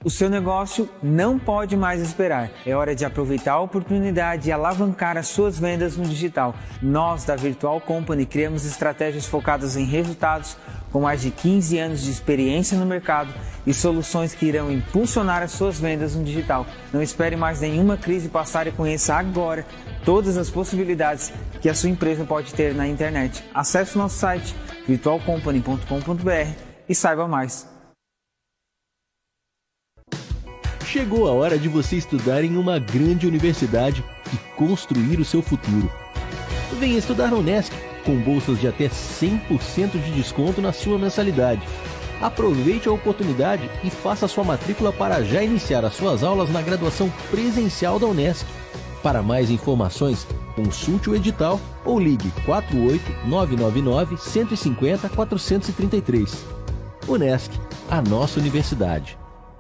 O seu negócio não pode mais esperar. É hora de aproveitar a oportunidade e alavancar as suas vendas no digital. Nós, da Virtual Company, criamos estratégias focadas em resultados com mais de 15 anos de experiência no mercado e soluções que irão impulsionar as suas vendas no digital. Não espere mais nenhuma crise passar e conheça agora todas as possibilidades que a sua empresa pode ter na internet. Acesse o nosso site virtualcompany.com.br e saiba mais. Chegou a hora de você estudar em uma grande universidade e construir o seu futuro. Venha estudar na Unesc, com bolsas de até 100% de desconto na sua mensalidade. Aproveite a oportunidade e faça sua matrícula para já iniciar as suas aulas na graduação presencial da Unesc. Para mais informações, consulte o edital ou ligue 48-999-150-433. Unesc, a nossa universidade.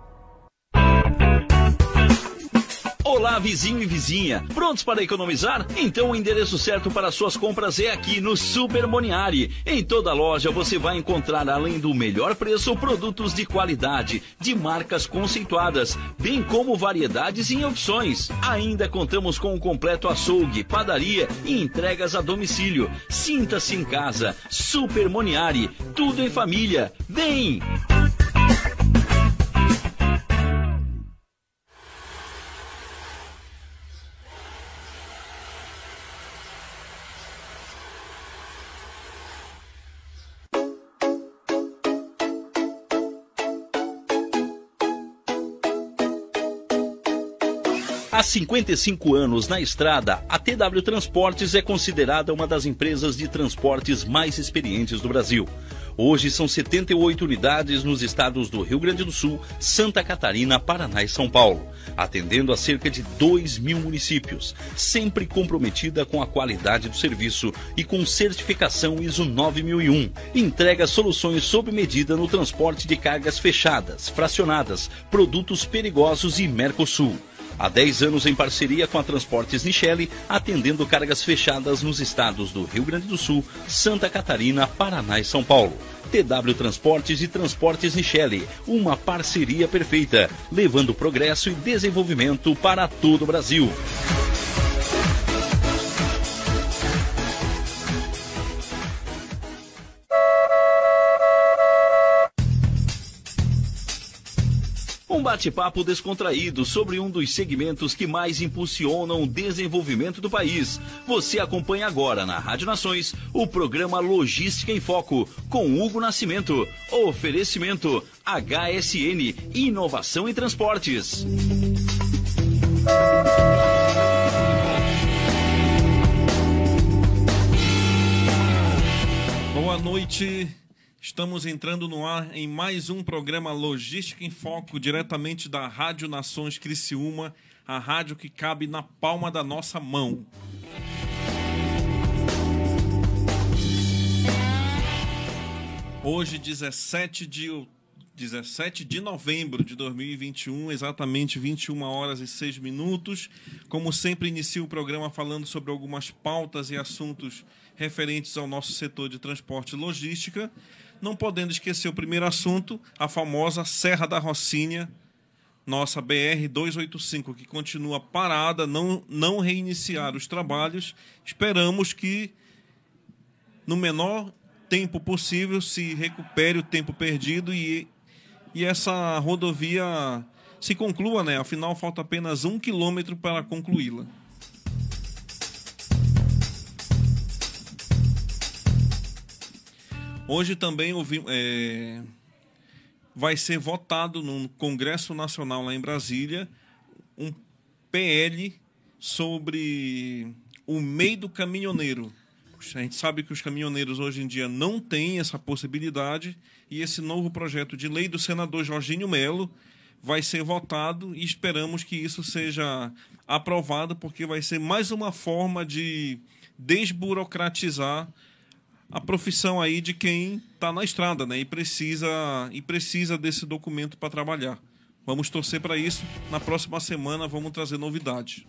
Olá, vizinho e vizinha. Prontos para economizar? Então o endereço certo para suas compras é aqui no Super Moniari. Em toda loja você vai encontrar, além do melhor preço, produtos de qualidade, de marcas conceituadas, bem como variedades e opções. Ainda contamos com um completo açougue, padaria e entregas a domicílio. Sinta-se em casa. Super Moniari. Tudo em família. Vem! Há 55 anos na estrada, a TW Transportes é considerada uma das empresas de transportes mais experientes do Brasil. Hoje são 78 unidades nos estados do Rio Grande do Sul, Santa Catarina, Paraná e São Paulo, atendendo a cerca de 2.000 municípios, sempre comprometida com a qualidade do serviço e com certificação ISO 9001. Entrega soluções sob medida no transporte de cargas fechadas, fracionadas, produtos perigosos e Mercosul. Há 10 anos em parceria com a Transportes Nichelle, atendendo cargas fechadas nos estados do Rio Grande do Sul, Santa Catarina, Paraná e São Paulo. TW Transportes e Transportes Nichelle, uma parceria perfeita, levando progresso e desenvolvimento para todo o Brasil. Um bate-papo descontraído sobre um dos segmentos que mais impulsionam o desenvolvimento do país. Você acompanha agora na Rádio Nações o programa Logística em Foco, com Hugo Nascimento. Oferecimento HSN, Inovação em Transportes. Boa noite. Estamos entrando no ar em mais um programa Logística em Foco, diretamente da Rádio Nações Criciúma, a rádio que cabe na palma da nossa mão. Hoje, 17 de novembro de 2021, exatamente 21 horas e 6 minutos. Como sempre, inicio o programa falando sobre algumas pautas e assuntos referentes ao nosso setor de transporte e logística. Não podendo esquecer o primeiro assunto, a famosa Serra da Rocinha, nossa BR-285, que continua parada, não reiniciar os trabalhos. Esperamos que, no menor tempo possível, se recupere o tempo perdido e essa rodovia se conclua, né? Afinal, falta apenas 1 quilômetro para concluí-la. Hoje também vai ser votado no Congresso Nacional lá em Brasília um PL sobre o MEI do caminhoneiro. A gente sabe que os caminhoneiros hoje em dia não têm essa possibilidade e esse novo projeto de lei do senador Jorginho Melo vai ser votado e esperamos que isso seja aprovado, porque vai ser mais uma forma de desburocratizar a profissão aí de quem está na estrada, né? E precisa desse documento para trabalhar. Vamos torcer para isso. Na próxima semana vamos trazer novidades.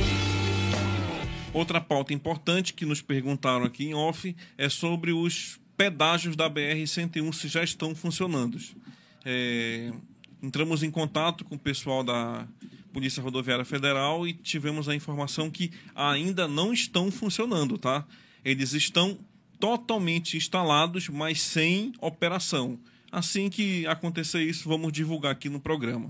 Outra pauta importante que nos perguntaram aqui em off é sobre os pedágios da BR-101 se já estão funcionando. Entramos em contato com o pessoal da Polícia Rodoviária Federal e tivemos a informação que ainda não estão funcionando, tá? Eles estão totalmente instalados, mas sem operação. Assim que acontecer isso, vamos divulgar aqui no programa.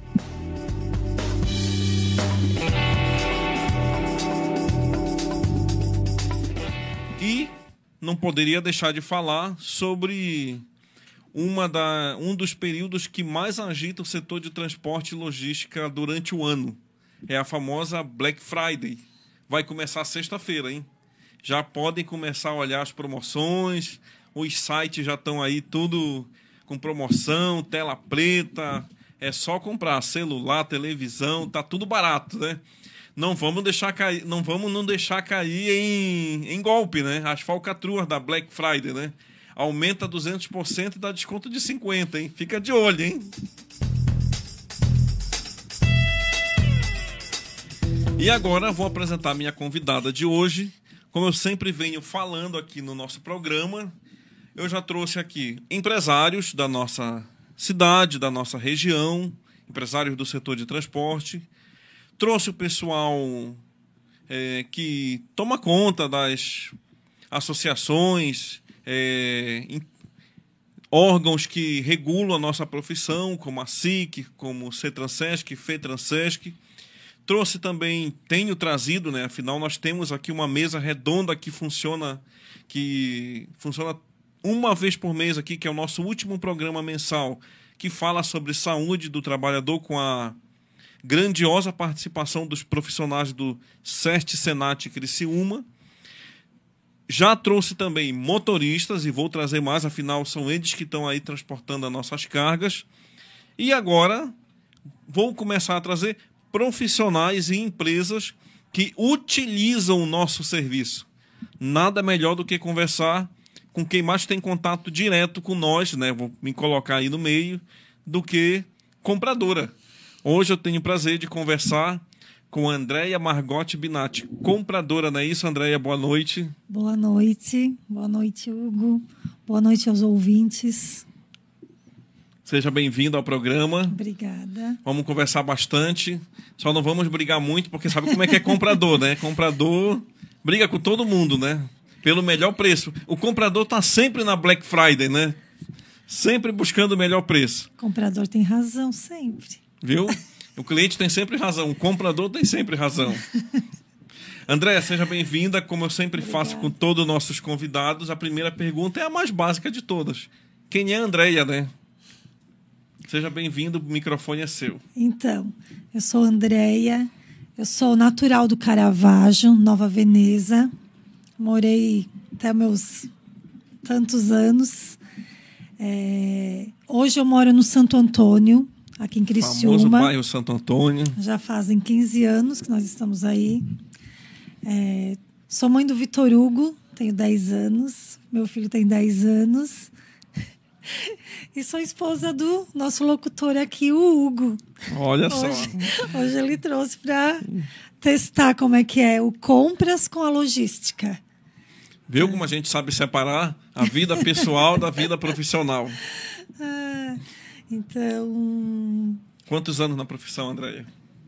E não poderia deixar de falar sobre um dos períodos que mais agita o setor de transporte e logística durante o ano. É a famosa Black Friday. Vai começar sexta-feira, hein? Já podem começar a olhar as promoções, os sites já estão aí tudo com promoção, tela preta, é só comprar celular, televisão, tá tudo barato, né? Não vamos deixar cair, não deixar cair em golpe, né? As falcatruas da Black Friday, né? Aumenta 200% e dá desconto de 50%, hein? Fica de olho, hein? E agora vou apresentar a minha convidada de hoje. Como eu sempre venho falando aqui no nosso programa, eu já trouxe aqui empresários da nossa cidade, da nossa região, empresários do setor de transporte. Trouxe o pessoal que toma conta das associações, órgãos que regulam a nossa profissão, como a SIC, como o CETRANSESC, FETRANSESC. Trouxe também, tenho trazido, né? Afinal, nós temos aqui uma mesa redonda que funciona uma vez por mês aqui, que é o nosso último programa mensal, que fala sobre saúde do trabalhador, com a grandiosa participação dos profissionais do SEST Senat Criciúma. Já trouxe também motoristas e vou trazer mais, afinal são eles que estão aí transportando as nossas cargas. E agora vou começar a trazer profissionais e empresas que utilizam o nosso serviço. Nada melhor do que conversar com quem mais tem contato direto com nós, né? Vou me colocar aí no meio, do que compradora. Hoje eu tenho o prazer de conversar com a Andréia Margotti Binatti, compradora, não é isso, Andréia? Boa noite. Boa noite. Boa noite, Hugo. Boa noite aos ouvintes. Seja bem-vindo ao programa. Obrigada. Vamos conversar bastante. Só não vamos brigar muito, porque sabe como é que é comprador, né? Comprador briga com todo mundo, né? Pelo melhor preço. O comprador está sempre na Black Friday, né? Sempre buscando o melhor preço. O comprador tem razão sempre. Viu? O cliente tem sempre razão. O comprador tem sempre razão. Andréia, seja bem-vinda. Como eu sempre faço com todos os nossos convidados, a primeira pergunta é a mais básica de todas. Quem é a Andréia, né? Seja bem-vindo, o microfone é seu. Então, eu sou Andréia, eu sou natural do Caravaggio, Nova Veneza. Morei até meus tantos anos. Hoje eu moro no Santo Antônio, aqui em Criciúma. Famoso bairro Santo Antônio. Já fazem 15 anos que nós estamos aí. Sou mãe do Vitor Hugo, tenho 10 anos. Meu filho tem 10 anos. E sou esposa do nosso locutor aqui, o Hugo. Olha só. Hoje ele trouxe para testar como é que é o compras com a logística. Viu como a gente sabe separar a vida pessoal da vida profissional? Então... Quantos anos na profissão, Andréia?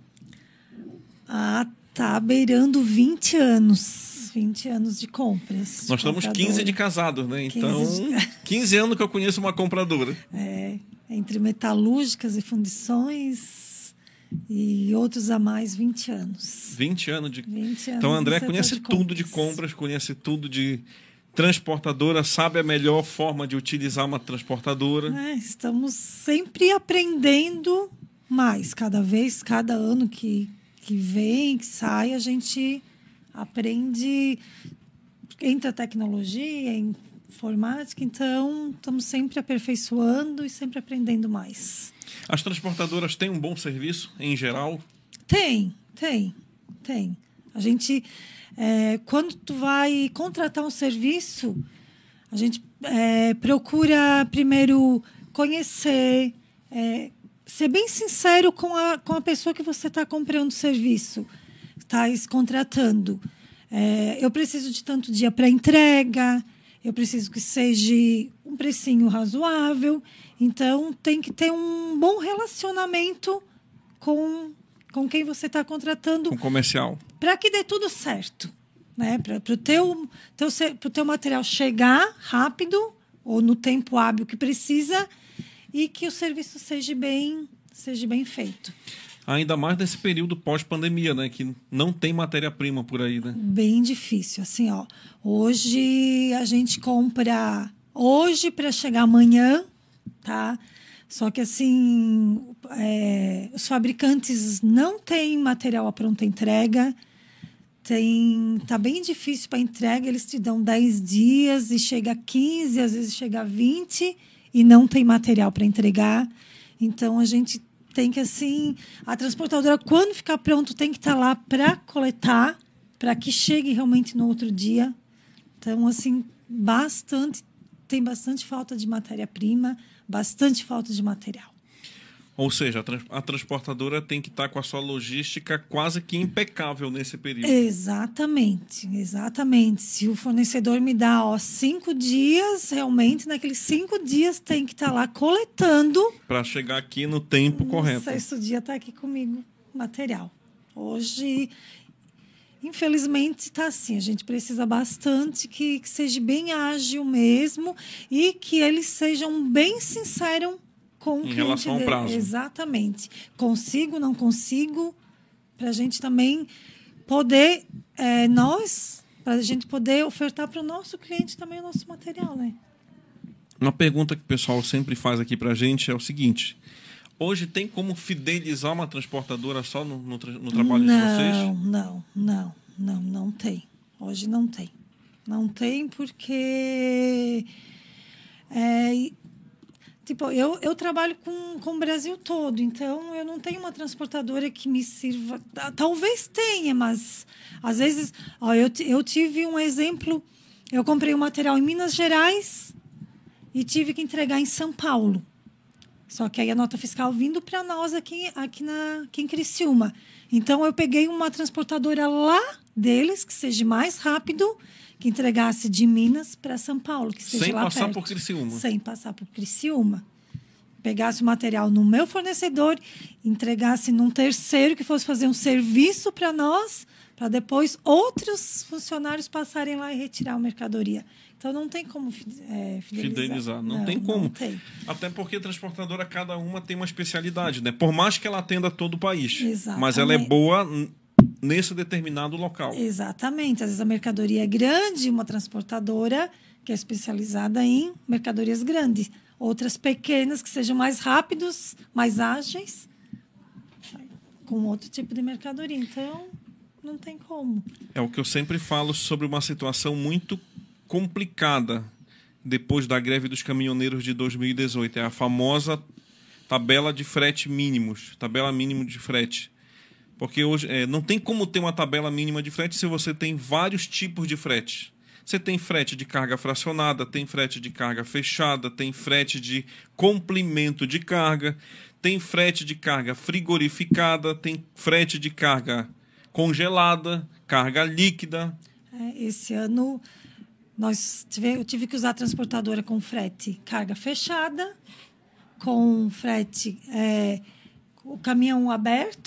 Tá beirando 20 anos. 20 anos de compras. Nós estamos 15 de casados, né? Então, 15 anos que eu conheço uma compradora. Entre metalúrgicas e fundições e outros a mais, 20 anos. 20 anos. 20 anos. Então, a Andréia conhece tudo de compras, conhece tudo de transportadora, sabe a melhor forma de utilizar uma transportadora. Estamos sempre aprendendo mais. Cada ano que vem, que sai, a gente aprende, entra tecnologia, informática, então estamos sempre aperfeiçoando e sempre aprendendo mais. As transportadoras têm um bom serviço, em geral? Tem. A gente, quando tu vai contratar um serviço, a gente procura primeiro conhecer, ser bem sincero com a pessoa que você está comprando o serviço, está contratando. Eu preciso de tanto dia para entrega, eu preciso que seja um precinho razoável. Então, tem que ter um bom relacionamento com quem você está contratando. Com comercial. Para que dê tudo certo. Né? Para o teu material chegar rápido ou no tempo hábil que precisa e que o serviço seja bem feito. Ainda mais nesse período pós-pandemia, né? Que não tem matéria-prima por aí, né? Bem difícil. Assim, ó, hoje a gente compra hoje para chegar amanhã, tá? Só que, assim, os fabricantes não têm material à pronta entrega. Tá bem difícil para entrega. Eles te dão 10 dias e chega a 15, às vezes chega a 20 e não tem material para entregar. Então, a gente tem que, assim, a transportadora, quando ficar pronto, tem que estar lá para coletar, para que chegue realmente no outro dia. Então, assim, tem bastante falta de matéria-prima, bastante falta de material. Ou seja, a transportadora tem que estar com a sua logística quase que impecável nesse período. Exatamente. Se o fornecedor me dá 5 dias, realmente, naqueles 5 dias tem que estar lá coletando. Para chegar aqui no tempo correto. No 6º dia está aqui comigo material. Hoje, infelizmente, está assim. A gente precisa bastante que seja bem ágil mesmo e que eles sejam bem sinceros com o cliente. Em relação ao prazo. Exatamente. Consigo, não consigo, para a gente também poder, para a gente poder ofertar para o nosso cliente também o nosso material, né? Uma pergunta que o pessoal sempre faz aqui para a gente é o seguinte: hoje tem como fidelizar uma transportadora só no trabalho de vocês? Não tem. Hoje não tem. Não tem porque... eu trabalho com o Brasil todo, então eu não tenho uma transportadora que me sirva. Talvez tenha, mas às vezes... eu tive um exemplo, eu comprei um material em Minas Gerais e tive que entregar em São Paulo. Só que aí a nota fiscal vindo para nós aqui em Criciúma. Então, eu peguei uma transportadora lá deles, que seja mais rápido, que entregasse de Minas para São Paulo, que seja lá perto. Sem passar por Criciúma. Sem passar por Criciúma. Pegasse o material no meu fornecedor, entregasse num terceiro que fosse fazer um serviço para nós, para depois outros funcionários passarem lá e retirar a mercadoria. Então, não tem como fidelizar. Não tem como. Não tem. Até porque a transportadora, cada uma tem uma especialidade, né? Por mais que ela atenda todo o país. Exatamente. Mas ela é boa nesse determinado local. Exatamente. Às vezes a mercadoria é grande, uma transportadora que é especializada em mercadorias grandes. Outras pequenas que sejam mais rápidos, mais ágeis, com outro tipo de mercadoria. Então, não tem como. É o que eu sempre falo sobre uma situação muito complicada depois da greve dos caminhoneiros de 2018. É a famosa tabela de frete mínimos, tabela mínima de frete. Porque hoje não tem como ter uma tabela mínima de frete se você tem vários tipos de frete. Você tem frete de carga fracionada, tem frete de carga fechada, tem frete de complemento de carga, tem frete de carga frigorificada, tem frete de carga congelada, carga líquida. Esse ano eu tive que usar a transportadora com frete carga fechada, com frete o caminhão aberto,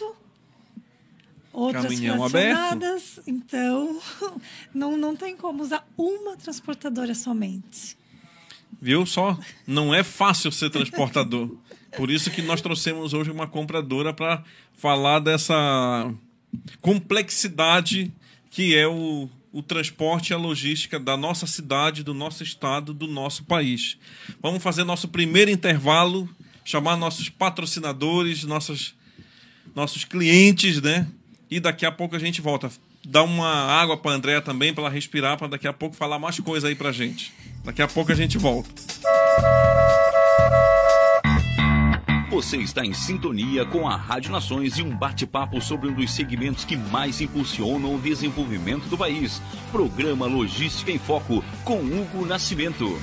outras fracionadas. Então, não tem como usar uma transportadora somente. Viu só? Não é fácil ser transportador. Por isso que nós trouxemos hoje uma compradora para falar dessa complexidade que é o transporte e a logística da nossa cidade, do nosso estado, do nosso país. Vamos fazer nosso primeiro intervalo, chamar nossos patrocinadores, nossos clientes, né? E daqui a pouco a gente volta. Dá uma água para a Andréa também, para ela respirar, para daqui a pouco falar mais coisa aí para a gente. Daqui a pouco a gente volta. Você está em sintonia com a Rádio Nações e um bate-papo sobre um dos segmentos que mais impulsionam o desenvolvimento do país. Programa Logística em Foco, com Hugo Nascimento.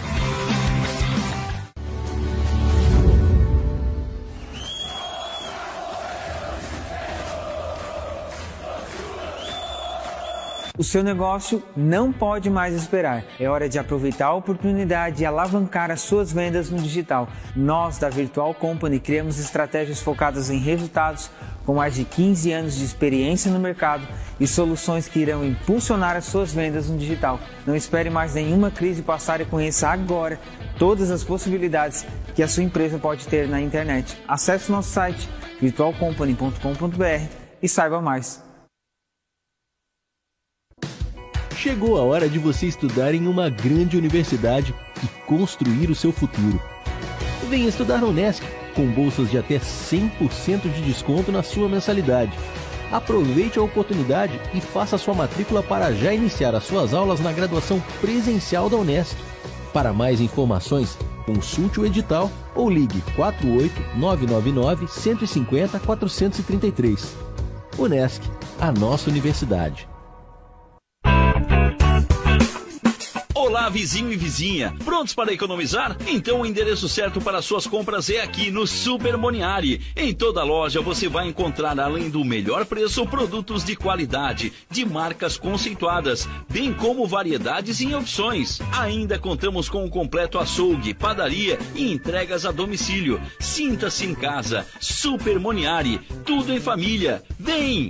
O seu negócio não pode mais esperar. É hora de aproveitar a oportunidade e alavancar as suas vendas no digital. Nós, da Virtual Company, criamos estratégias focadas em resultados com mais de 15 anos de experiência no mercado e soluções que irão impulsionar as suas vendas no digital. Não espere mais nenhuma crise passar e conheça agora todas as possibilidades que a sua empresa pode ter na internet. Acesse o nosso site virtualcompany.com.br e saiba mais. Chegou a hora de você estudar em uma grande universidade e construir o seu futuro. Venha estudar na Unesc, com bolsas de até 100% de desconto na sua mensalidade. Aproveite a oportunidade e faça sua matrícula para já iniciar as suas aulas na graduação presencial da Unesc. Para mais informações, consulte o edital ou ligue 48-999-150-433. Unesc, a nossa universidade. Olá, vizinho e vizinha. Prontos para economizar? Então o endereço certo para suas compras é aqui no Super Moniari. Em toda loja você vai encontrar, além do melhor preço, produtos de qualidade, de marcas conceituadas, bem como variedades e opções. Ainda contamos com um completo açougue, padaria e entregas a domicílio. Sinta-se em casa. Super Moniari. Tudo em família. Vem!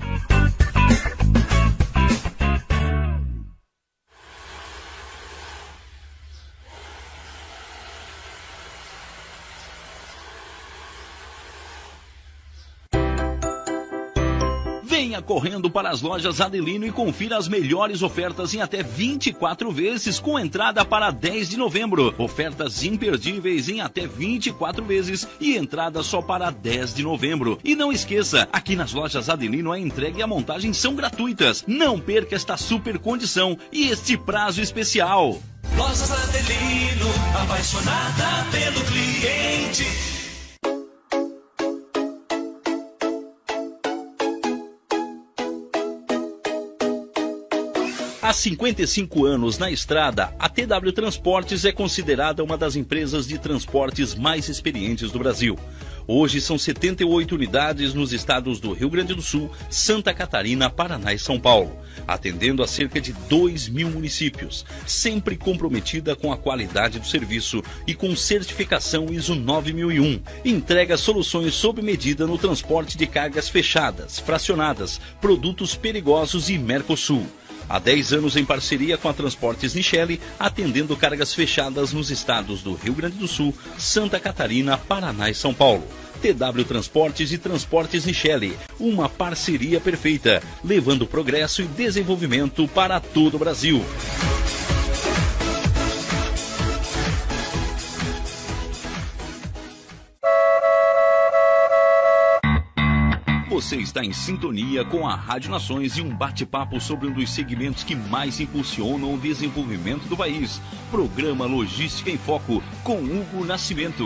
Venha correndo para as lojas Adelino e confira as melhores ofertas em até 24 vezes com entrada para 10 de novembro. Ofertas imperdíveis em até 24 vezes e entrada só para 10 de novembro. E não esqueça, aqui nas lojas Adelino a entrega e a montagem são gratuitas. Não perca esta super condição e este prazo especial. Lojas Adelino, apaixonada pelo cliente. Há 55 anos na estrada, a TW Transportes é considerada uma das empresas de transportes mais experientes do Brasil. Hoje são 78 unidades nos estados do Rio Grande do Sul, Santa Catarina, Paraná e São Paulo, atendendo a cerca de 2.000 municípios, sempre comprometida com a qualidade do serviço e com certificação ISO 9001. Entrega soluções sob medida no transporte de cargas fechadas, fracionadas, produtos perigosos e Mercosul. Há 10 anos em parceria com a Transportes Nichelle, atendendo cargas fechadas nos estados do Rio Grande do Sul, Santa Catarina, Paraná e São Paulo. TW Transportes e Transportes Nichelle, uma parceria perfeita, levando progresso e desenvolvimento para todo o Brasil. Você está em sintonia com a Rádio Nações e um bate-papo sobre um dos segmentos que mais impulsionam o desenvolvimento do país. Programa Logística em Foco, com Hugo Nascimento.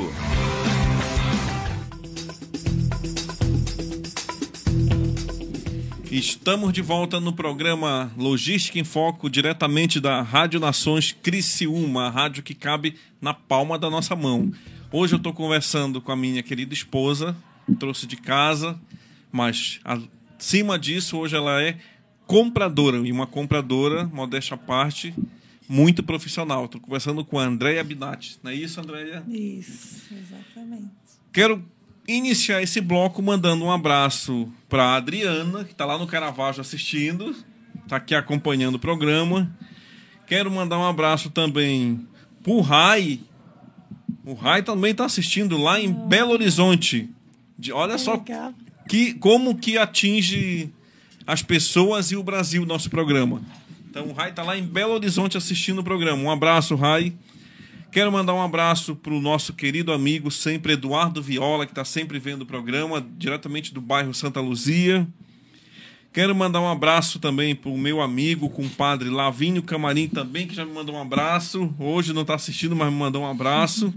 Estamos de volta no programa Logística em Foco, diretamente da Rádio Nações Criciúma, a rádio que cabe na palma da nossa mão. Hoje eu estou conversando com a minha querida esposa, trouxe de casa, mas acima disso, hoje ela é compradora, e uma compradora, modéstia à parte, muito profissional. Estou conversando com a Andréia Binatti. Não é isso, Andréia? Isso, exatamente. Quero iniciar esse bloco mandando um abraço para a Adriana, que está lá no Caravaggio assistindo, está aqui acompanhando o programa. Quero mandar um abraço também para o Rai. O Rai também está assistindo lá em Belo Horizonte. Olha só como que atinge as pessoas e o Brasil, nosso programa. Então o Rai está lá em Belo Horizonte assistindo o programa. Um abraço, Rai. Quero mandar um abraço para o nosso querido amigo sempre, Eduardo Viola, que está sempre vendo o programa, diretamente do bairro Santa Luzia. Quero mandar um abraço também para o meu amigo, compadre Lavinho Camarim, também, que já me mandou um abraço. Hoje não está assistindo, mas me mandou um abraço.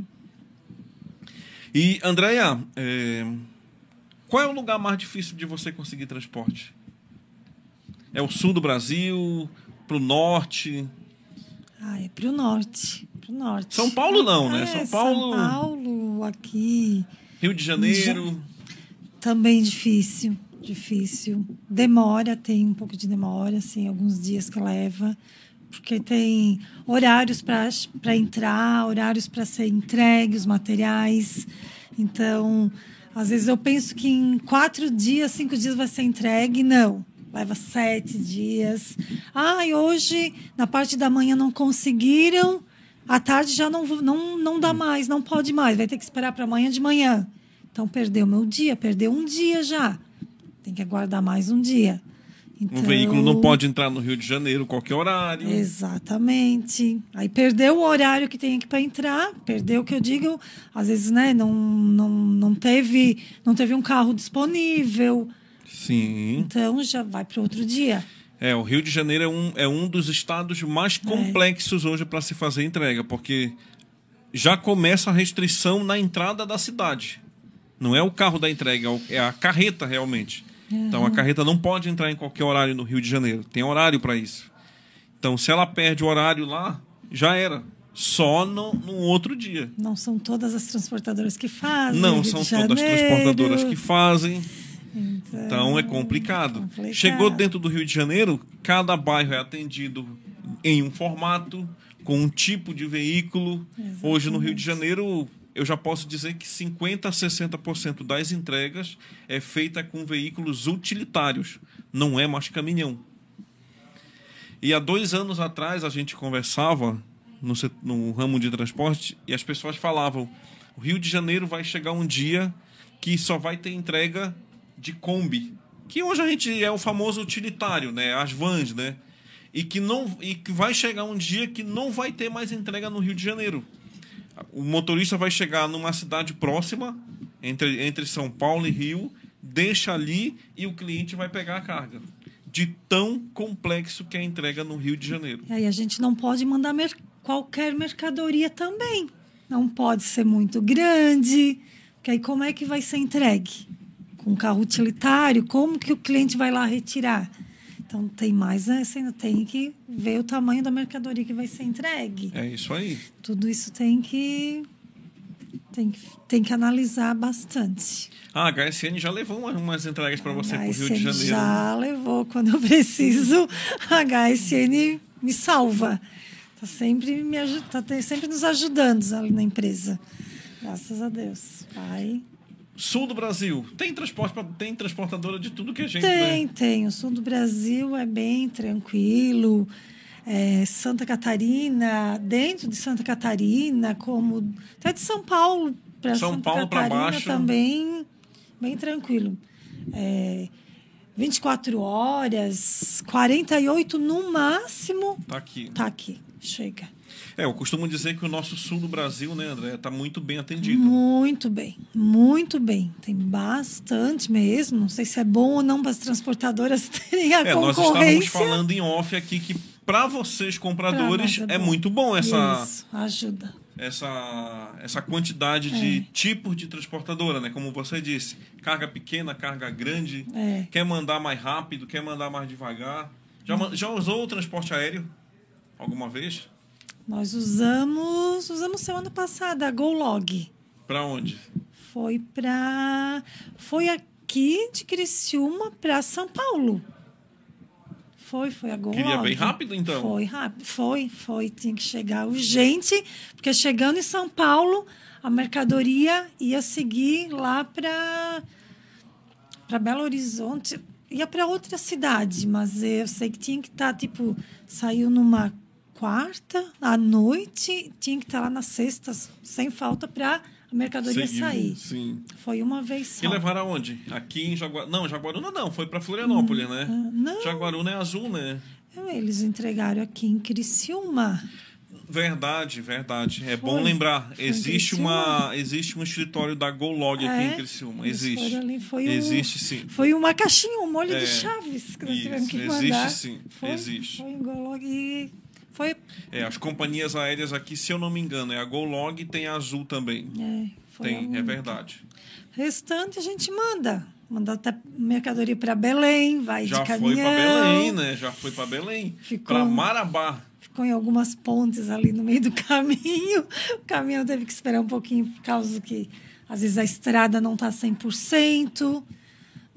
E, Andréia, qual é o lugar mais difícil de você conseguir transporte? É o sul do Brasil, para o norte? Ah, é para o norte. Pro norte. São Paulo não, né? São Paulo, aqui. Rio de Janeiro. Também difícil. Difícil. Demora, tem um pouco de demora, assim, alguns dias que leva, porque tem horários para entrar, horários para ser entregue, os materiais. Então, às vezes eu penso que em 4 dias, 5 dias vai ser entregue. Não, leva 7 dias. E hoje, na parte da manhã não conseguiram, à tarde já não dá mais, não pode mais, vai ter que esperar para amanhã de manhã. Então, perdeu meu dia, perdeu um dia já. Tem que aguardar mais um dia. Então, um veículo não pode entrar no Rio de Janeiro qualquer horário. Exatamente. Aí perdeu o horário que tem aqui para entrar, perdeu o que eu digo, às vezes, né, não teve um carro disponível. Sim. Então já vai para outro dia. O Rio de Janeiro é um dos estados mais complexos hoje para se fazer entrega, porque já começa a restrição na entrada da cidade. Não é o carro da entrega, é a carreta realmente. Então, a carreta não pode entrar em qualquer horário no Rio de Janeiro. Tem horário para isso. Então, se ela perde o horário lá, já era. Só no outro dia. Não são todas as transportadoras que fazem. Não são todas as transportadoras que fazem. Então, é complicado. Chegou dentro do Rio de Janeiro, cada bairro é atendido em um formato, com um tipo de veículo. Exatamente. Hoje, no Rio de Janeiro, eu já posso dizer que 50% a 60% das entregas é feita com veículos utilitários, não é mais caminhão. E há 2 anos atrás a gente conversava no ramo de transporte e as pessoas falavam: o Rio de Janeiro vai chegar um dia que só vai ter entrega de Kombi, que hoje a gente é o famoso utilitário, né? As vans, né? E que vai chegar um dia que não vai ter mais entrega no Rio de Janeiro. O motorista vai chegar numa cidade próxima, entre São Paulo e Rio, deixa ali e o cliente vai pegar a carga. De tão complexo que é a entrega no Rio de Janeiro. E aí a gente não pode mandar qualquer mercadoria também. Não pode ser muito grande, porque aí como é que vai ser entregue? Com um carro utilitário, como que o cliente vai lá retirar? Então, tem mais, né? Você ainda tem que ver o tamanho da mercadoria que vai ser entregue. É isso aí. Tudo isso tem que analisar bastante. A HSN já levou umas entregas para você para o Rio de Janeiro. Já levou. Quando eu preciso, a HSN me salva. Está sempre sempre nos ajudando ali na empresa. Graças a Deus. Sul do Brasil, tem transportadora de tudo que a gente... Tem. O sul do Brasil é bem tranquilo. Santa Catarina, dentro de Santa Catarina, como até de São Paulo para Santa Catarina baixo, também, bem tranquilo. 24 horas, 48 no máximo. Tá aqui, chega. Eu costumo dizer que o nosso sul do Brasil, né, André, está muito bem atendido. Muito bem, muito bem. Tem bastante mesmo. Não sei se é bom ou não para as transportadoras terem a concorrência. Nós estávamos falando em off aqui que para vocês compradores é muito bom essa... Isso, ajuda. Essa quantidade de tipos de transportadora, né? Como você disse, carga pequena, carga grande, quer mandar mais rápido, quer mandar mais devagar. Já usou o transporte aéreo alguma vez? Nós usamos semana passada a GoLog. Para onde? Foi aqui de Criciúma para São Paulo. Foi a GoLog. Queria bem rápido, então? Foi rápido, foi. Tinha que chegar urgente, porque chegando em São Paulo, a mercadoria ia seguir lá para Belo Horizonte. Ia para outra cidade, mas eu sei que tinha que estar, saiu numa quarta à noite, tinha que estar lá na sexta, sem falta, para a mercadoria sair. Sim. Foi uma vez só. E levaram aonde? Aqui em Jaguaruna? Não, Jaguaruna não, foi para Florianópolis, né? Não. Jaguaruna é azul, né? Eles entregaram aqui em Criciúma. Verdade. É bom lembrar. Existe um escritório da GoLog aqui em Criciúma. Existe. Existe sim. Foi uma caixinha, um molho de chaves que nós tivemos que mandar. Existe sim. Existe. Foi em GoLog e... as companhias aéreas aqui, se eu não me engano, é a GoLog e tem a Azul também. É verdade. Restante a gente manda até mercadoria para Belém, vai de caminhão. Já foi para Belém, né? Já foi para Belém. Para Marabá. Ficou em algumas pontes ali no meio do caminho. O caminhão teve que esperar um pouquinho por causa que às vezes a estrada não está 100%.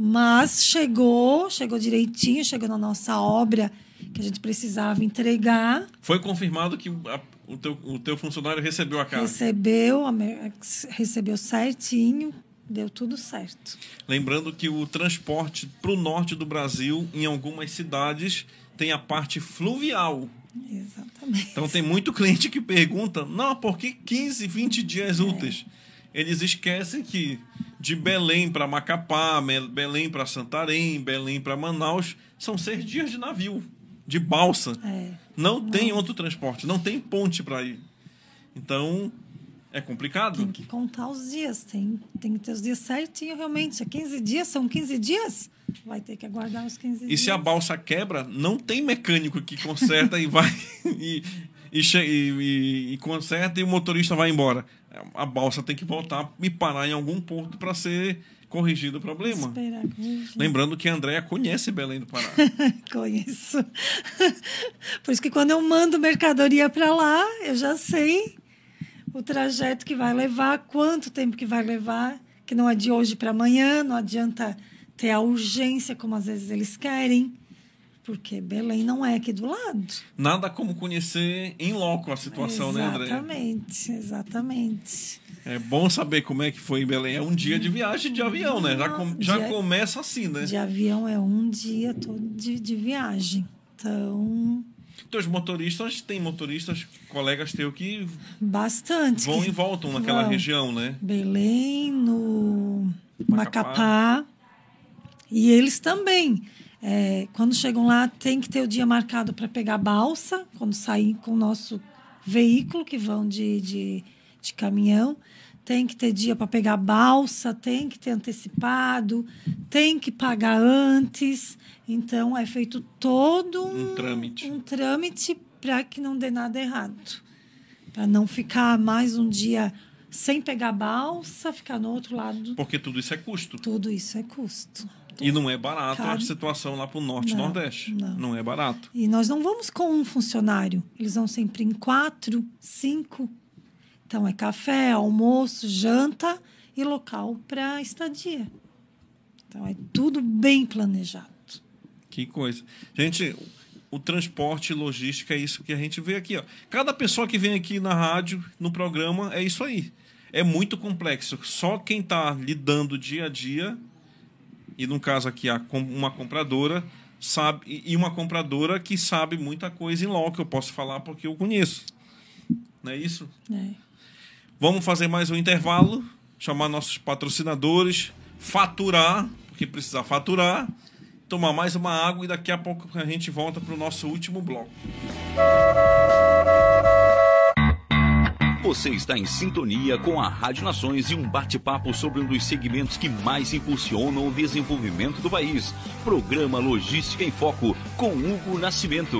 Mas chegou direitinho, chegou na nossa obra que a gente precisava entregar. Foi confirmado que o teu funcionário recebeu a carga? Recebeu certinho, deu tudo certo. Lembrando que o transporte para o norte do Brasil, em algumas cidades, tem a parte fluvial. Exatamente. Então tem muito cliente que pergunta, não, por que 15, 20 dias úteis? Eles esquecem que de Belém para Macapá, Belém para Santarém, Belém para Manaus, são 6 dias de navio, de balsa. Não tem outro transporte, não tem ponte para ir. Então, é complicado. Tem que contar os dias, tem que ter os dias certinho, realmente. 15 dias, são 15 dias? Vai ter que aguardar os 15 dias. E se a balsa quebra, não tem mecânico que conserta e vai e conserta e o motorista vai embora. A balsa tem que voltar e parar em algum ponto para ser corrigido o problema. Lembrando que a Andréa conhece Belém do Pará. Conheço. Por isso que quando eu mando mercadoria para lá, eu já sei o trajeto que vai levar, quanto tempo que vai levar, que não é de hoje para amanhã, não adianta ter a urgência como às vezes eles querem, porque Belém não é aqui do lado. Nada como conhecer em loco a situação, né, André? Exatamente. É bom saber como é que foi em Belém. É um dia de viagem de avião, né? Já começa assim, né? De avião é um dia todo de viagem. Então, os motoristas, tem motoristas, colegas teus que bastante vão e voltam naquela região, né? Belém, no Macapá. E eles também. Quando chegam lá, tem que ter o dia marcado para pegar balsa, quando sair com o nosso veículo, que vão de caminhão. Tem que ter dia para pegar balsa, tem que ter antecipado, tem que pagar antes. Então, é feito todo um trâmite para que não dê nada errado. Para não ficar mais um dia sem pegar balsa, ficar no outro lado. Porque tudo isso é custo. Tudo isso é custo. E não é barato a situação lá para o norte e nordeste. Não é barato. E nós não vamos com um funcionário. Eles vão sempre em 4, 5. Então, é café, almoço, janta e local para estadia. Então, é tudo bem planejado. Que coisa. Gente, o transporte e logística é isso que a gente vê aqui. Ó. Cada pessoa que vem aqui na rádio, no programa, é isso aí. É muito complexo. Só quem está lidando dia a dia, e no caso aqui uma compradora, sabe, e uma compradora que sabe muita coisa em loco, eu posso falar porque eu conheço. Não é isso? Vamos fazer mais um intervalo, chamar nossos patrocinadores, faturar, porque precisa faturar, tomar mais uma água e daqui a pouco a gente volta para o nosso último bloco. Você está em sintonia com a Rádio Nações e um bate-papo sobre um dos segmentos que mais impulsionam o desenvolvimento do país. Programa Logística em Foco, com Hugo Nascimento.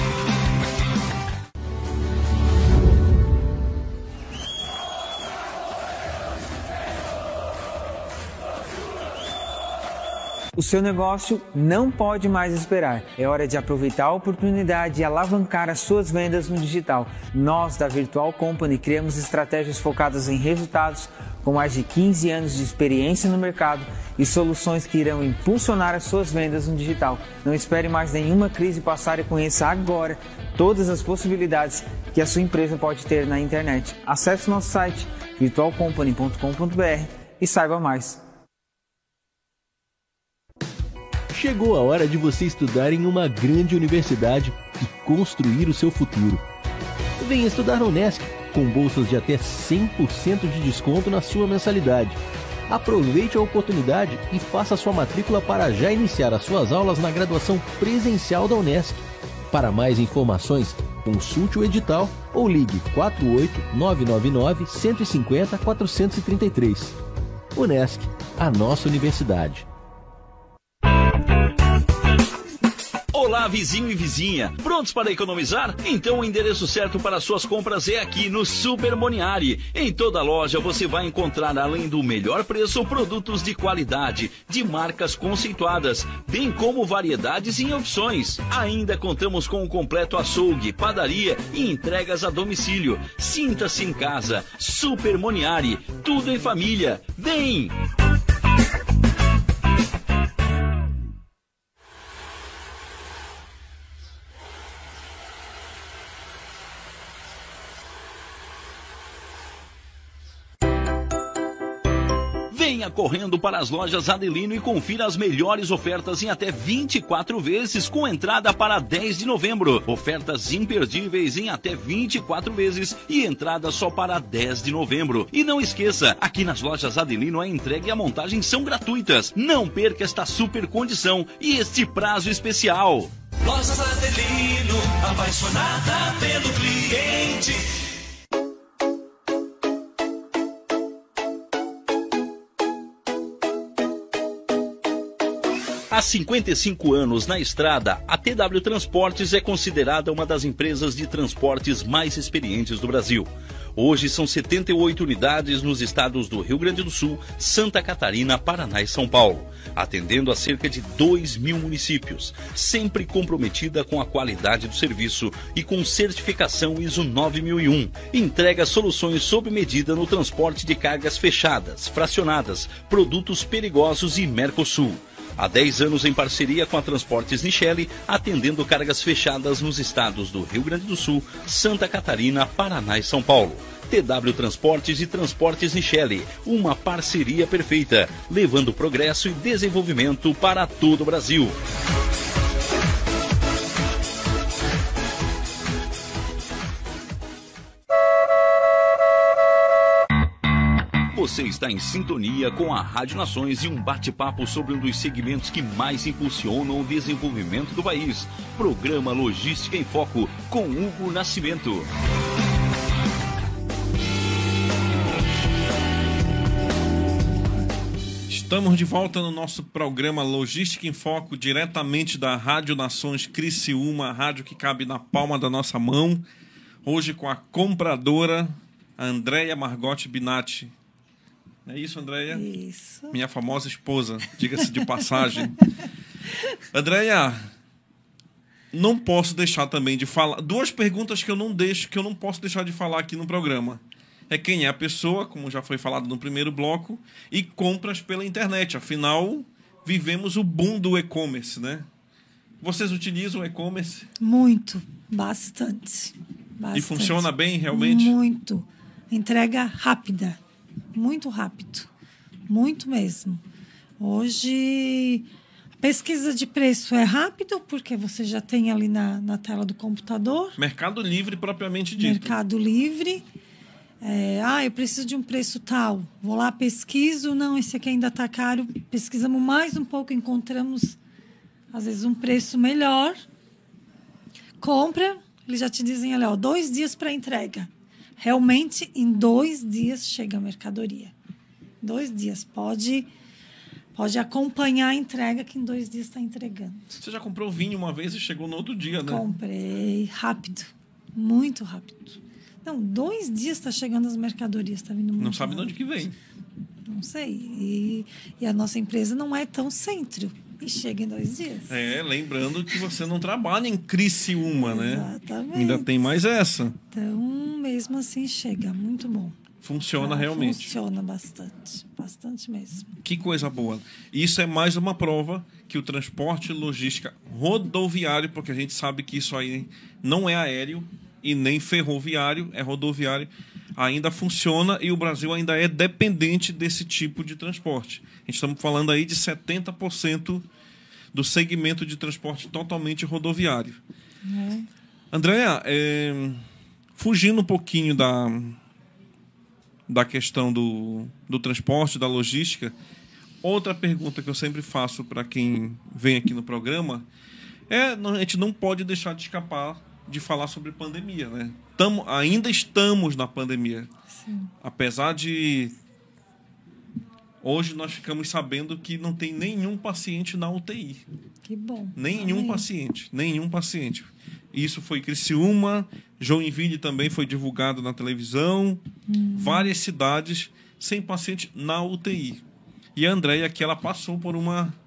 O seu negócio não pode mais esperar. É hora de aproveitar a oportunidade e alavancar as suas vendas no digital. Nós, da Virtual Company, criamos estratégias focadas em resultados com mais de 15 anos de experiência no mercado e soluções que irão impulsionar as suas vendas no digital. Não espere mais nenhuma crise passar e conheça agora todas as possibilidades que a sua empresa pode ter na internet. Acesse nosso site virtualcompany.com.br e saiba mais. Chegou a hora de você estudar em uma grande universidade e construir o seu futuro. Venha estudar na Unesc, com bolsas de até 100% de desconto na sua mensalidade. Aproveite a oportunidade e faça sua matrícula para já iniciar as suas aulas na graduação presencial da Unesc. Para mais informações, consulte o edital ou ligue 48-999 150 433. Unesc, a nossa universidade. Olá, vizinho e vizinha. Prontos para economizar? Então o endereço certo para suas compras é aqui no Super Moniari. Em toda loja você vai encontrar, além do melhor preço, produtos de qualidade, de marcas conceituadas, bem como variedades e opções. Ainda contamos com um completo açougue, padaria e entregas a domicílio. Sinta-se em casa. Super Moniari. Tudo em família. Vem! Venha correndo para as lojas Adelino e confira as melhores ofertas em até 24 vezes com entrada para 10 de novembro. Ofertas imperdíveis em até 24 vezes e entrada só para 10 de novembro. E não esqueça, aqui nas lojas Adelino a entrega e a montagem são gratuitas. Não perca esta super condição e este prazo especial. Lojas Adelino, apaixonada pelo cliente. Há 55 anos na estrada, a TW Transportes é considerada uma das empresas de transportes mais experientes do Brasil. Hoje são 78 unidades nos estados do Rio Grande do Sul, Santa Catarina, Paraná e São Paulo, atendendo a cerca de 2.000 municípios, sempre comprometida com a qualidade do serviço e com certificação ISO 9001. Entrega soluções sob medida no transporte de cargas fechadas, fracionadas, produtos perigosos e Mercosul. Há 10 anos em parceria com a Transportes Nichelle, atendendo cargas fechadas nos estados do Rio Grande do Sul, Santa Catarina, Paraná e São Paulo. TW Transportes e Transportes Nichelle, uma parceria perfeita, levando progresso e desenvolvimento para todo o Brasil. Você está em sintonia com a Rádio Nações e um bate-papo sobre um dos segmentos que mais impulsionam o desenvolvimento do país. Programa Logística em Foco, com Hugo Nascimento. Estamos de volta no nosso programa Logística em Foco, diretamente da Rádio Nações Criciúma, a rádio que cabe na palma da nossa mão. Hoje com a compradora Andréia Margotti Binatti. É isso, Andréia? Isso. Minha famosa esposa, diga-se de passagem. Andréia, não posso deixar também de falar. Duas perguntas que eu não posso deixar de falar aqui no programa. É quem é a pessoa, como já foi falado no primeiro bloco, e compras pela internet. Afinal, vivemos o boom do e-commerce, né? Vocês utilizam o e-commerce? Muito, bastante. E funciona bem, realmente? Muito. Entrega rápida. Muito rápido. Muito mesmo. Hoje, a pesquisa de preço é rápido, porque você já tem ali na tela do computador. Mercado Livre, propriamente dito. Mercado Livre. Eu preciso de um preço tal. Vou lá, pesquiso. Não, esse aqui ainda está caro. Pesquisamos mais um pouco, encontramos, às vezes, um preço melhor. Compra. Eles já te dizem ali, 2 dias para entrega. Realmente, em 2 dias chega a mercadoria. 2 dias. Pode acompanhar a entrega, que em 2 dias está entregando. Você já comprou vinho uma vez e chegou no outro dia, né? Comprei. Rápido. Muito rápido. Não, 2 dias está chegando as mercadorias. Está vindo muito Não sabe de rápido. onde que vem. Não sei. E a nossa empresa não é tão centro. E chega em 2 dias. Lembrando que você não trabalha em Criciúma, né? Exatamente. Ainda tem mais essa. Então, mesmo assim, chega. Muito bom. Funciona realmente. Funciona bastante. Bastante mesmo. Que coisa boa. Isso é mais uma prova que o transporte e logística rodoviário, porque a gente sabe que isso aí não é aéreo e nem ferroviário, é rodoviário, ainda funciona e o Brasil ainda é dependente desse tipo de transporte. A gente estamos falando aí de 70% do segmento de transporte totalmente rodoviário. Andréia, fugindo um pouquinho da questão do transporte, da logística, outra pergunta que eu sempre faço para quem vem aqui no programa a gente não pode deixar de escapar de falar sobre pandemia, né? Ainda estamos na pandemia. Sim. Apesar de... Hoje nós ficamos sabendo que não tem nenhum paciente na UTI. Que bom. Nenhum paciente. Isso foi Criciúma, Joinville também foi divulgado na televisão. Várias cidades sem paciente na UTI. E a Andréia aqui, ela passou por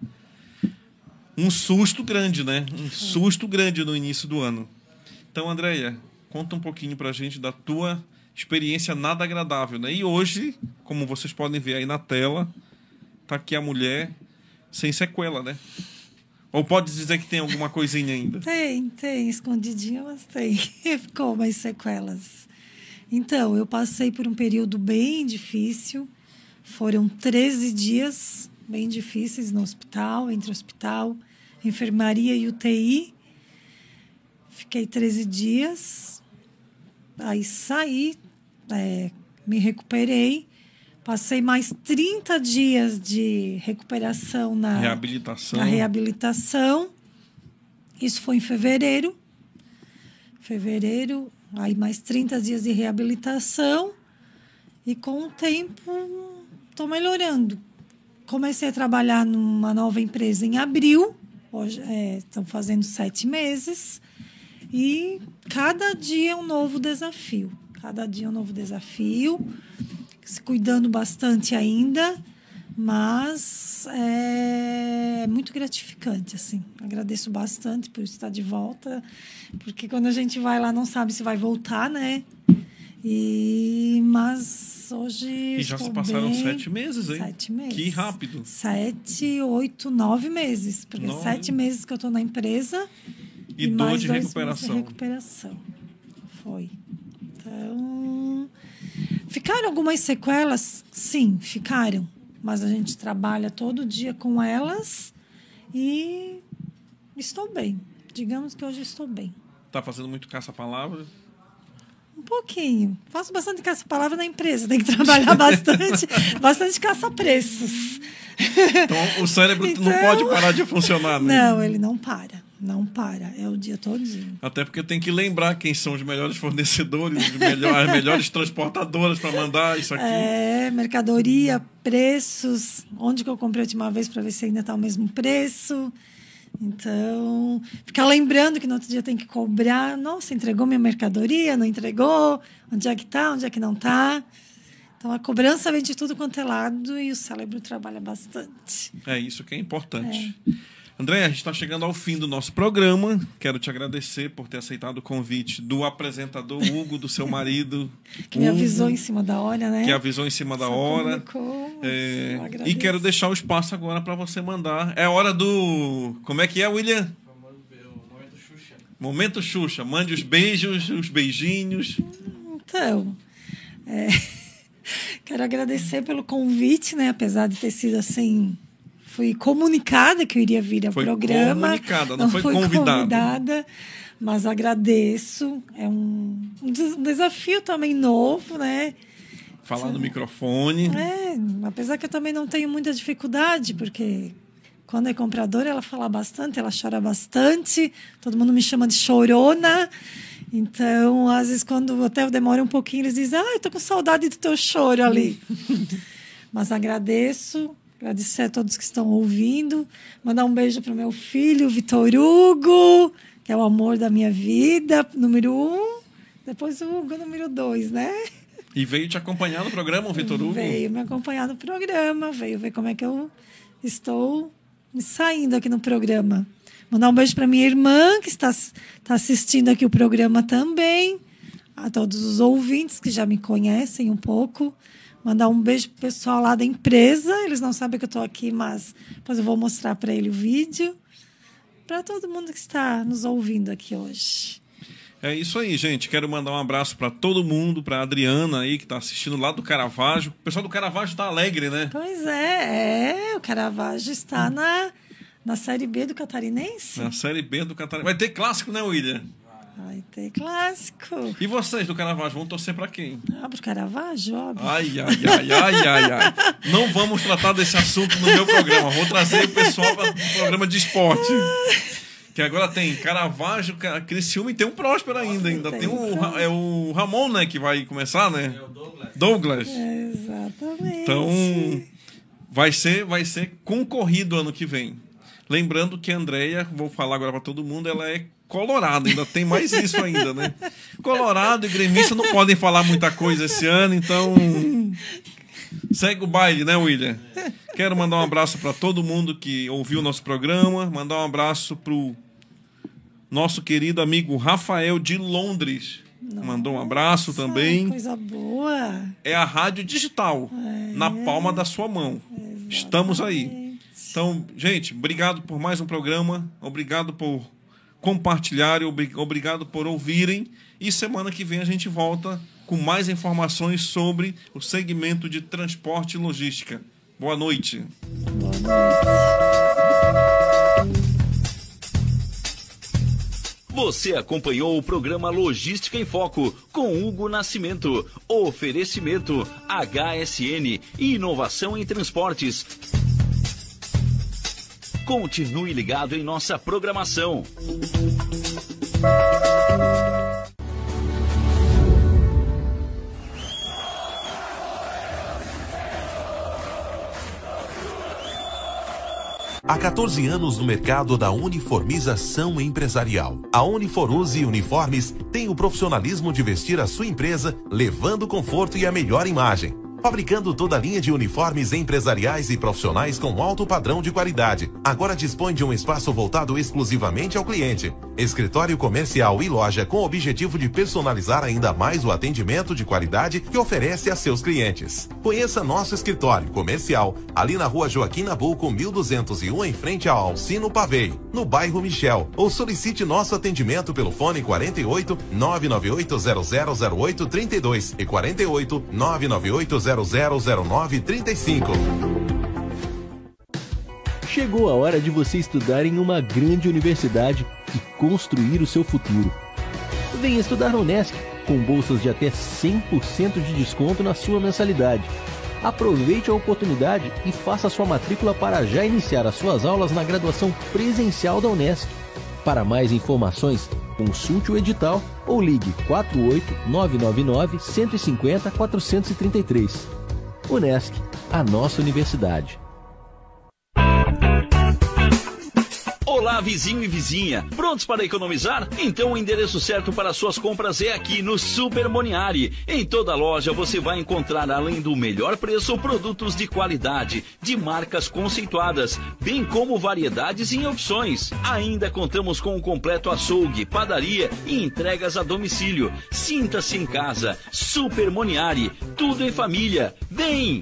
um susto grande, né? Um susto grande no início do ano. Então, Andréia, conta um pouquinho pra gente da tua experiência nada agradável, né? E hoje, como vocês podem ver aí na tela, tá aqui a mulher sem sequela, né? Ou pode dizer que tem alguma coisinha ainda? Tem, escondidinha, mas tem. Ficou mais sequelas. Então, eu passei por um período bem difícil. Foram 13 dias bem difíceis no hospital, entre hospital, enfermaria e UTI. Fiquei 13 dias, aí saí, me recuperei. Passei mais 30 dias de recuperação na reabilitação. Isso foi em fevereiro. Aí mais 30 dias de reabilitação. E com o tempo, estou melhorando. Comecei a trabalhar numa nova empresa em abril. Hoje estão fazendo 7 meses. E cada dia é um novo desafio. Se cuidando bastante ainda, mas é muito gratificante, assim. Agradeço bastante por estar de volta, porque quando a gente vai lá não sabe se vai voltar, né? Mas hoje E já se passaram 7 meses, hein? 7 meses. Que rápido. 7, 8, 9 meses. Porque 7 meses que eu estou na empresa e 2 mais de 2 recuperação. meses de recuperação. Foi. Então... Ficaram algumas sequelas? Sim, ficaram. Mas a gente trabalha todo dia com elas e estou bem. Digamos que hoje estou bem. Tá fazendo muito caça-palavra? Um pouquinho. Faço bastante caça-palavra na empresa. Tem que trabalhar bastante caça-preços. Então, o cérebro não pode parar de funcionar, né? Não, ele não para. Não para, é o dia todinho. Até porque tem que lembrar quem são os melhores fornecedores, as melhores transportadoras para mandar isso aqui. Mercadoria, preços, onde que eu comprei a última vez para ver se ainda está o mesmo preço. Então, ficar lembrando que no outro dia tem que cobrar. Nossa, entregou minha mercadoria, não entregou? Onde é que está, onde é que não está? Então, a cobrança vem de tudo quanto é lado e o cérebro trabalha bastante. É isso que é importante. André, a gente está chegando ao fim do nosso programa. Quero te agradecer por ter aceitado o convite do apresentador Hugo, do seu marido. Que me avisou em cima da hora, né? Que avisou em cima da hora. E quero deixar o espaço agora para você mandar. É hora do... Como é que é, William? Momento Xuxa. Momento Xuxa. Mande os beijos, os beijinhos. Então, quero agradecer pelo convite, né? Apesar de ter sido assim... Fui comunicada que eu iria vir ao programa. Comunicada, não foi convidada. Mas agradeço. É um desafio também novo, né? Falar no microfone. Apesar que eu também não tenho muita dificuldade, porque quando é compradora, ela fala bastante, ela chora bastante. Todo mundo me chama de chorona. Então, às vezes, quando até eu demoro um pouquinho, eles dizem, eu tô com saudade do teu choro ali. Mas agradeço. Agradecer a todos que estão ouvindo. Mandar um beijo para o meu filho, Vitor Hugo, que é o amor da minha vida, número 1. Depois o Hugo, número 2, né? E veio te acompanhar no programa, o Vitor Hugo? Veio me acompanhar no programa, veio ver como é que eu estou saindo aqui no programa. Mandar um beijo para minha irmã, que está assistindo aqui o programa também. A todos os ouvintes que já me conhecem um pouco. Mandar um beijo pro pessoal lá da empresa. Eles não sabem que eu estou aqui, mas depois eu vou mostrar para ele o vídeo. Para todo mundo que está nos ouvindo aqui hoje. É isso aí, gente. Quero mandar um abraço para todo mundo, para a Adriana aí, que está assistindo lá do Caravaggio. O pessoal do Caravaggio está alegre, né? Pois o Caravaggio está na Série B do Catarinense. Na Série B do Catarinense. Vai ter clássico, né, William? Vai ter clássico. E vocês do Caravaggio vão torcer para quem? Pro Caravaggio, óbvio. Ai. Não vamos tratar desse assunto no meu programa. Vou trazer o pessoal para o programa de esporte. Que agora tem Caravaggio, Criciúma e tem um Próspero ainda. Tem o Ramon, né, que vai começar, né? É o Douglas. Exatamente. Então, vai ser concorrido ano que vem. Lembrando que a Andréia, vou falar agora para todo mundo, ela é colorado, ainda tem mais isso ainda, né? Colorado e gremista não podem falar muita coisa esse ano, então segue o baile, né, William? Quero mandar um abraço para todo mundo que ouviu o nosso programa, mandar um abraço pro nosso querido amigo Rafael de Londres. Mandou um abraço também. Coisa boa. É a rádio digital, na palma da sua mão. Estamos aí. Então, gente, obrigado por mais um programa. Obrigado por compartilharem, obrigado por ouvirem. E semana que vem a gente volta com mais informações sobre o segmento de transporte e logística. Boa noite. Boa noite. Você acompanhou o programa Logística em Foco com Hugo Nascimento. Oferecimento HSN e inovação em transportes. Continue ligado em nossa programação. Há 14 anos no mercado da uniformização empresarial. A Uniforuse Uniformes tem o profissionalismo de vestir a sua empresa, levando conforto e a melhor imagem. Fabricando toda a linha de uniformes empresariais e profissionais com alto padrão de qualidade. Agora dispõe de um espaço voltado exclusivamente ao cliente. Escritório comercial e loja com o objetivo de personalizar ainda mais o atendimento de qualidade que oferece a seus clientes. Conheça nosso escritório comercial ali na rua Joaquim Nabuco, 1201, em frente ao Alcino Pavei, no bairro Michel. Ou solicite nosso atendimento pelo fone 48 998 000832 e 48 998 000935. Chegou a hora de você estudar em uma grande universidade e construir o seu futuro. Venha estudar na Unesc, com bolsas de até 100% de desconto na sua mensalidade. Aproveite a oportunidade e faça sua matrícula para já iniciar as suas aulas na graduação presencial da Unesc. Para mais informações, consulte o edital ou ligue 48 999 150 433. Unesc, a nossa universidade. Olá, vizinho e vizinha. Prontos para economizar? Então o endereço certo para suas compras é aqui no Super Moniari. Em toda loja você vai encontrar, além do melhor preço, produtos de qualidade, de marcas conceituadas, bem como variedades em opções. Ainda contamos com um completo açougue, padaria e entregas a domicílio. Sinta-se em casa. Super Moniari. Tudo em família. Vem!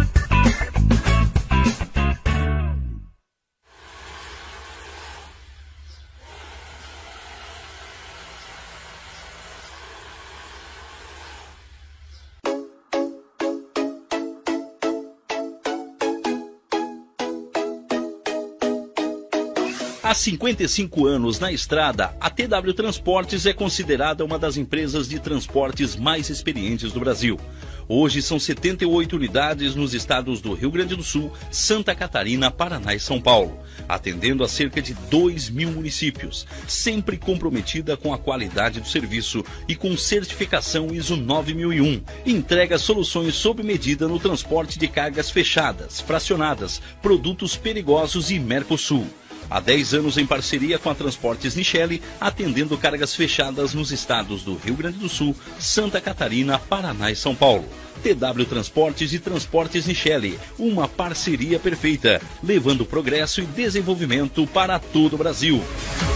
Há 55 anos na estrada, a TW Transportes é considerada uma das empresas de transportes mais experientes do Brasil. Hoje são 78 unidades nos estados do Rio Grande do Sul, Santa Catarina, Paraná e São Paulo, atendendo a cerca de 2.000 municípios, sempre comprometida com a qualidade do serviço e com certificação ISO 9001. Entrega soluções sob medida no transporte de cargas fechadas, fracionadas, produtos perigosos e Mercosul. Há 10 anos em parceria com a Transportes Nichelle, atendendo cargas fechadas nos estados do Rio Grande do Sul, Santa Catarina, Paraná e São Paulo. TW Transportes e Transportes Nichelle, uma parceria perfeita, levando progresso e desenvolvimento para todo o Brasil.